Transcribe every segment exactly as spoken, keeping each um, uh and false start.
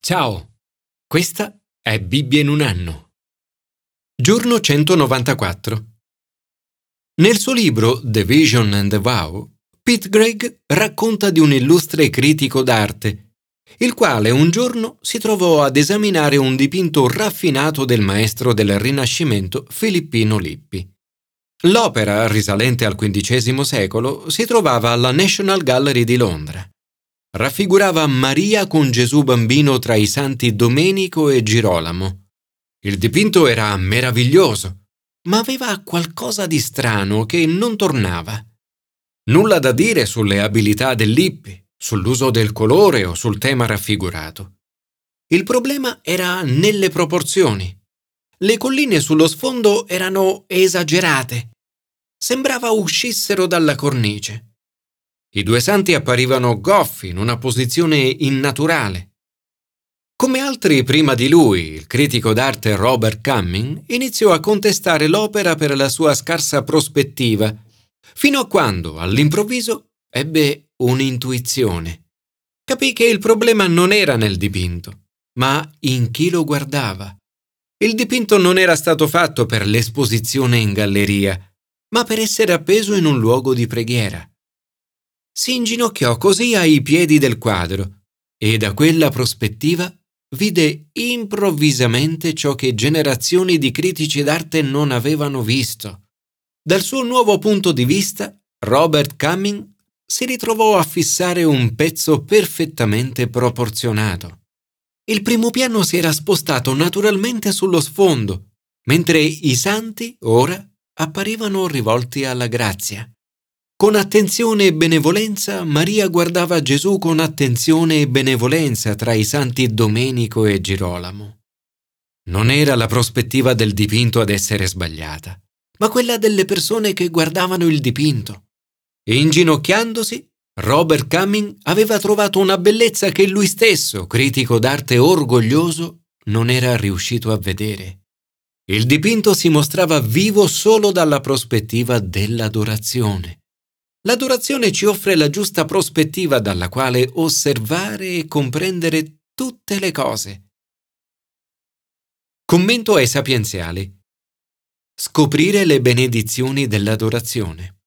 Ciao, questa è Bibbia in un anno. Giorno centonovantaquattro. Nel suo libro The Vision and the Vow, Pete Greig racconta di un illustre critico d'arte, il quale un giorno si trovò ad esaminare un dipinto raffinato del maestro del Rinascimento Filippino Lippi. L'opera, risalente al quindicesimo secolo, si trovava alla National Gallery di Londra. Raffigurava Maria con Gesù bambino tra i santi Domenico e Girolamo. Il dipinto era meraviglioso, ma aveva qualcosa di strano che non tornava. Nulla da dire sulle abilità del Lippi, sull'uso del colore o sul tema raffigurato. Il problema era nelle proporzioni. Le colline sullo sfondo erano esagerate. Sembrava uscissero dalla cornice. I due santi apparivano goffi in una posizione innaturale. Come altri prima di lui, il critico d'arte Robert Cumming iniziò a contestare l'opera per la sua scarsa prospettiva, fino a quando, all'improvviso, ebbe un'intuizione. Capì che il problema non era nel dipinto, ma in chi lo guardava. Il dipinto non era stato fatto per l'esposizione in galleria, ma per essere appeso in un luogo di preghiera. Si inginocchiò così ai piedi del quadro e da quella prospettiva vide improvvisamente ciò che generazioni di critici d'arte non avevano visto. Dal suo nuovo punto di vista, Robert Cumming si ritrovò a fissare un pezzo perfettamente proporzionato. Il primo piano si era spostato naturalmente sullo sfondo, mentre i santi ora apparivano rivolti alla grazia. Con attenzione e benevolenza, Maria guardava Gesù con attenzione e benevolenza tra i santi Domenico e Girolamo. Non era la prospettiva del dipinto ad essere sbagliata, ma quella delle persone che guardavano il dipinto. Inginocchiandosi, Robert Cumming aveva trovato una bellezza che lui stesso, critico d'arte orgoglioso, non era riuscito a vedere. Il dipinto si mostrava vivo solo dalla prospettiva dell'adorazione. L'adorazione ci offre la giusta prospettiva dalla quale osservare e comprendere tutte le cose. Commento ai sapienziali. Scoprire le benedizioni dell'adorazione.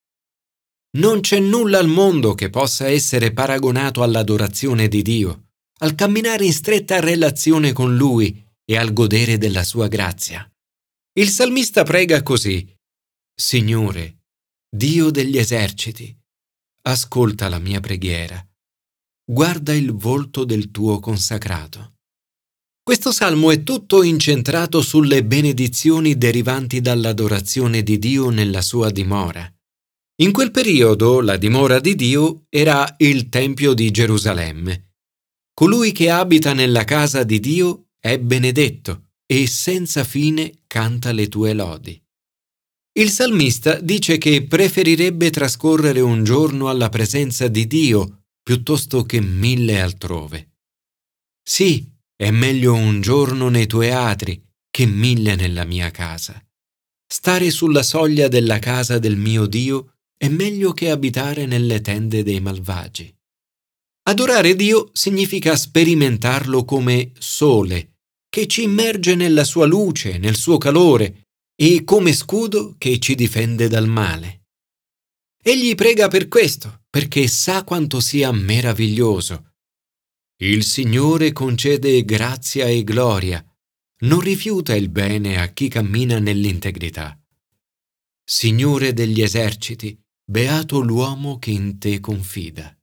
Non c'è nulla al mondo che possa essere paragonato all'adorazione di Dio, al camminare in stretta relazione con Lui e al godere della sua grazia. Il salmista prega così: Signore, Dio degli eserciti, ascolta la mia preghiera, guarda il volto del tuo consacrato. Questo salmo è tutto incentrato sulle benedizioni derivanti dall'adorazione di Dio nella sua dimora. In quel periodo la dimora di Dio era il Tempio di Gerusalemme. Colui che abita nella casa di Dio è benedetto e senza fine canta le tue lodi. Il salmista dice che preferirebbe trascorrere un giorno alla presenza di Dio piuttosto che mille altrove. Sì, è meglio un giorno nei tuoi atri che mille nella mia casa. Stare sulla soglia della casa del mio Dio è meglio che abitare nelle tende dei malvagi. Adorare Dio significa sperimentarlo come sole, che ci immerge nella sua luce, nel suo calore, e come scudo che ci difende dal male. Egli prega per questo, perché sa quanto sia meraviglioso. Il Signore concede grazia e gloria, non rifiuta il bene a chi cammina nell'integrità. Signore degli eserciti, beato l'uomo che in te confida.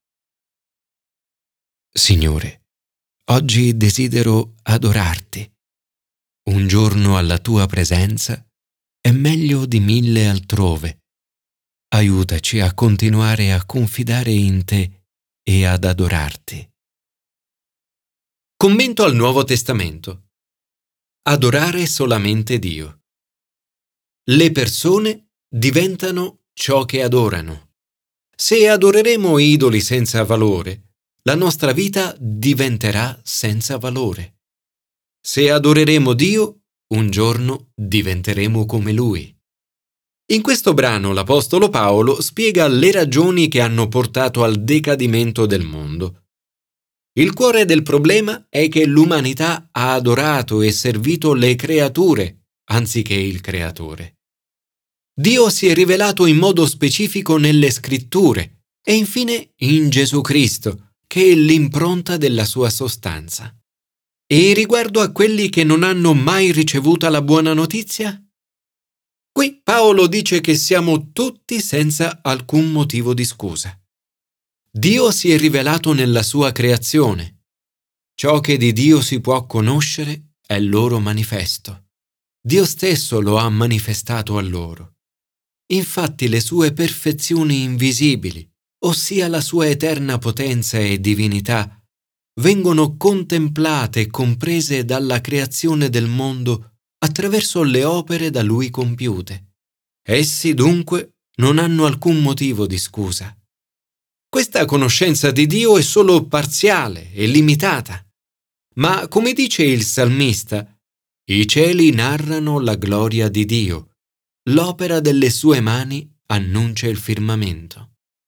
Signore, oggi desidero adorarti. Un giorno alla tua presenza è meglio di mille altrove. Aiutaci a continuare a confidare in te e ad adorarti. Commento al Nuovo Testamento. Adorare solamente Dio. Le persone diventano ciò che adorano. Se adoreremo idoli senza valore, la nostra vita diventerà senza valore. Se adoreremo Dio, un giorno diventeremo come Lui. In questo brano l'Apostolo Paolo spiega le ragioni che hanno portato al decadimento del mondo. Il cuore del problema è che l'umanità ha adorato e servito le creature anziché il Creatore. Dio si è rivelato in modo specifico nelle Scritture e infine in Gesù Cristo, che è l'impronta della sua sostanza. E riguardo a quelli che non hanno mai ricevuta la buona notizia? Qui Paolo dice che siamo tutti senza alcun motivo di scusa. Dio si è rivelato nella sua creazione. Ciò che di Dio si può conoscere è loro manifesto. Dio stesso lo ha manifestato a loro. Infatti le sue perfezioni invisibili, ossia la sua eterna potenza e divinità, vengono contemplate e comprese dalla creazione del mondo attraverso le opere da Lui compiute. Essi dunque non hanno alcun motivo di scusa. Questa conoscenza di Dio è solo parziale e limitata, ma come dice il salmista, i cieli narrano la gloria di Dio, l'opera delle sue mani annuncia il firmamento.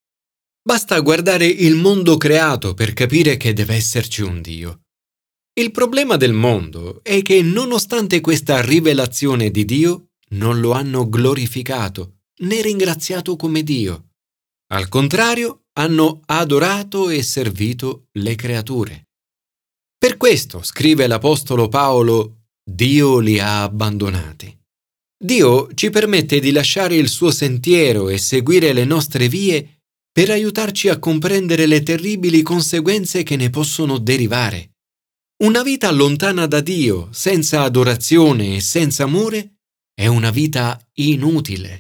Basta guardare il mondo creato per capire che deve esserci un Dio. Il problema del mondo è che nonostante questa rivelazione di Dio, non lo hanno glorificato né ringraziato come Dio. Al contrario, hanno adorato e servito le creature. Per questo, scrive l'Apostolo Paolo, Dio li ha abbandonati. Dio ci permette di lasciare il suo sentiero e seguire le nostre vie per aiutarci a comprendere le terribili conseguenze che ne possono derivare. Una vita lontana da Dio, senza adorazione e senza amore, è una vita inutile.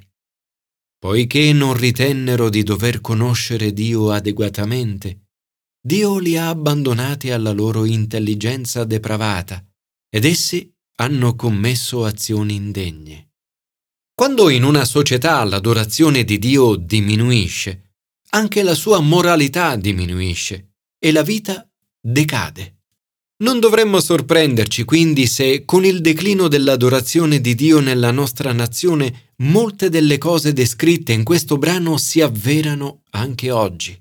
Poiché non ritennero di dover conoscere Dio adeguatamente, Dio li ha abbandonati alla loro intelligenza depravata ed essi hanno commesso azioni indegne. Quando in una società l'adorazione di Dio diminuisce, anche la sua moralità diminuisce e la vita decade. Non dovremmo sorprenderci quindi se, con il declino dell'adorazione di Dio nella nostra nazione, molte delle cose descritte in questo brano si avverano anche oggi.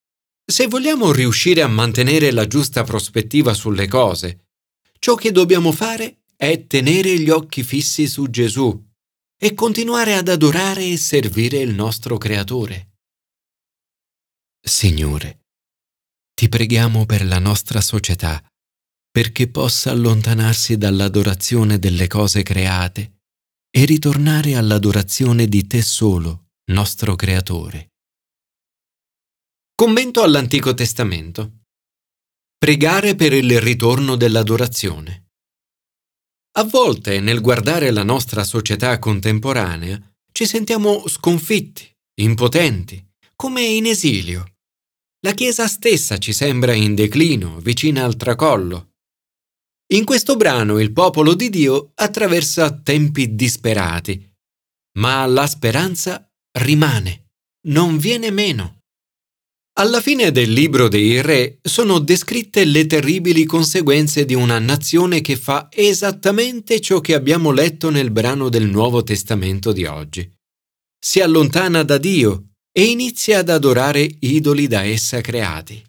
Se vogliamo riuscire a mantenere la giusta prospettiva sulle cose, ciò che dobbiamo fare è tenere gli occhi fissi su Gesù e continuare ad adorare e servire il nostro Creatore. Signore, ti preghiamo per la nostra società, perché possa allontanarsi dall'adorazione delle cose create e ritornare all'adorazione di Te solo, nostro Creatore. Commento all'Antico Testamento. Pregare per il ritorno dell'adorazione. A volte, nel guardare la nostra società contemporanea, ci sentiamo sconfitti, impotenti, come in esilio. La Chiesa stessa ci sembra in declino, vicina al tracollo. In questo brano il popolo di Dio attraversa tempi disperati, ma la speranza rimane, non viene meno. Alla fine del libro dei Re sono descritte le terribili conseguenze di una nazione che fa esattamente ciò che abbiamo letto nel brano del Nuovo Testamento di oggi. Si allontana da Dio e inizia ad adorare idoli da essa creati.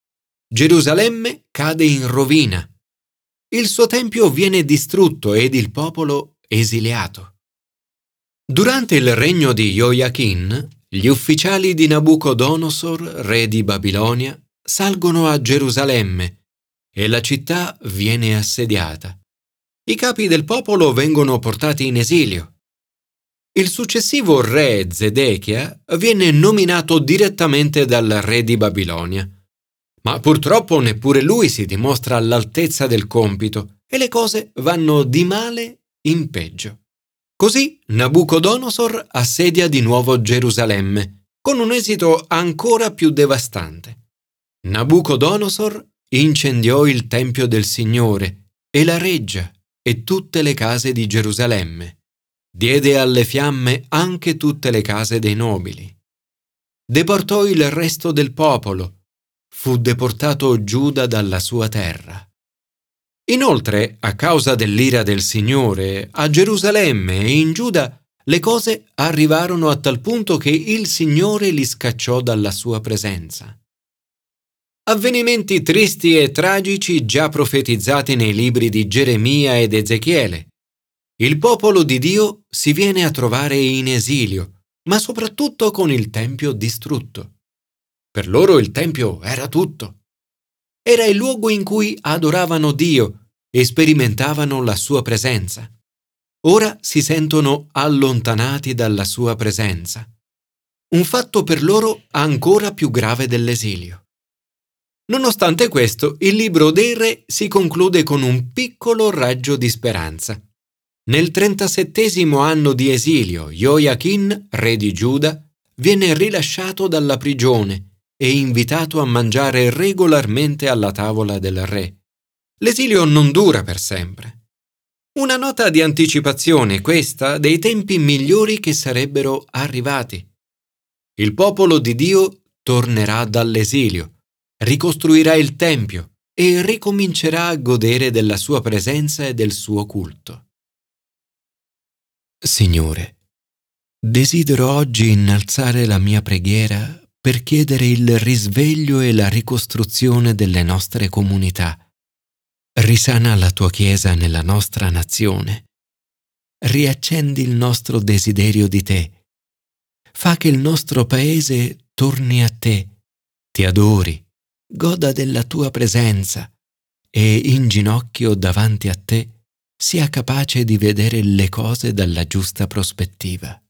Gerusalemme cade in rovina. Il suo tempio viene distrutto ed il popolo esiliato. Durante il regno di Joiachin, gli ufficiali di Nabucodonosor, re di Babilonia, salgono a Gerusalemme e la città viene assediata. I capi del popolo vengono portati in esilio. Il successivo re Zedechia viene nominato direttamente dal re di Babilonia. Ma purtroppo neppure lui si dimostra all'altezza del compito e le cose vanno di male in peggio. Così Nabucodonosor assedia di nuovo Gerusalemme, con un esito ancora più devastante. Nabucodonosor incendiò il Tempio del Signore e la reggia e tutte le case di Gerusalemme. Diede alle fiamme anche tutte le case dei nobili. Deportò il resto del popolo. Fu deportato Giuda dalla sua terra. Inoltre, a causa dell'ira del Signore, a Gerusalemme e in Giuda le cose arrivarono a tal punto che il Signore li scacciò dalla sua presenza. Avvenimenti tristi e tragici già profetizzati nei libri di Geremia ed Ezechiele. Il popolo di Dio si viene a trovare in esilio, ma soprattutto con il Tempio distrutto. Per loro il Tempio era tutto. Era il luogo in cui adoravano Dio e sperimentavano la sua presenza. Ora si sentono allontanati dalla sua presenza. Un fatto per loro ancora più grave dell'esilio. Nonostante questo, il libro dei Re si conclude con un piccolo raggio di speranza. Nel trentasettesimo anno di esilio, Joiachin, re di Giuda, viene rilasciato dalla prigione e invitato a mangiare regolarmente alla tavola del re. L'esilio non dura per sempre. Una nota di anticipazione questa dei tempi migliori che sarebbero arrivati. Il popolo di Dio tornerà dall'esilio, ricostruirà il Tempio e ricomincerà a godere della sua presenza e del suo culto. Signore, desidero oggi innalzare la mia preghiera per chiedere il risveglio e la ricostruzione delle nostre comunità. Risana la tua Chiesa nella nostra nazione. Riaccendi il nostro desiderio di te. Fa che il nostro paese torni a te, ti adori, goda della tua presenza e in ginocchio davanti a te sia capace di vedere le cose dalla giusta prospettiva.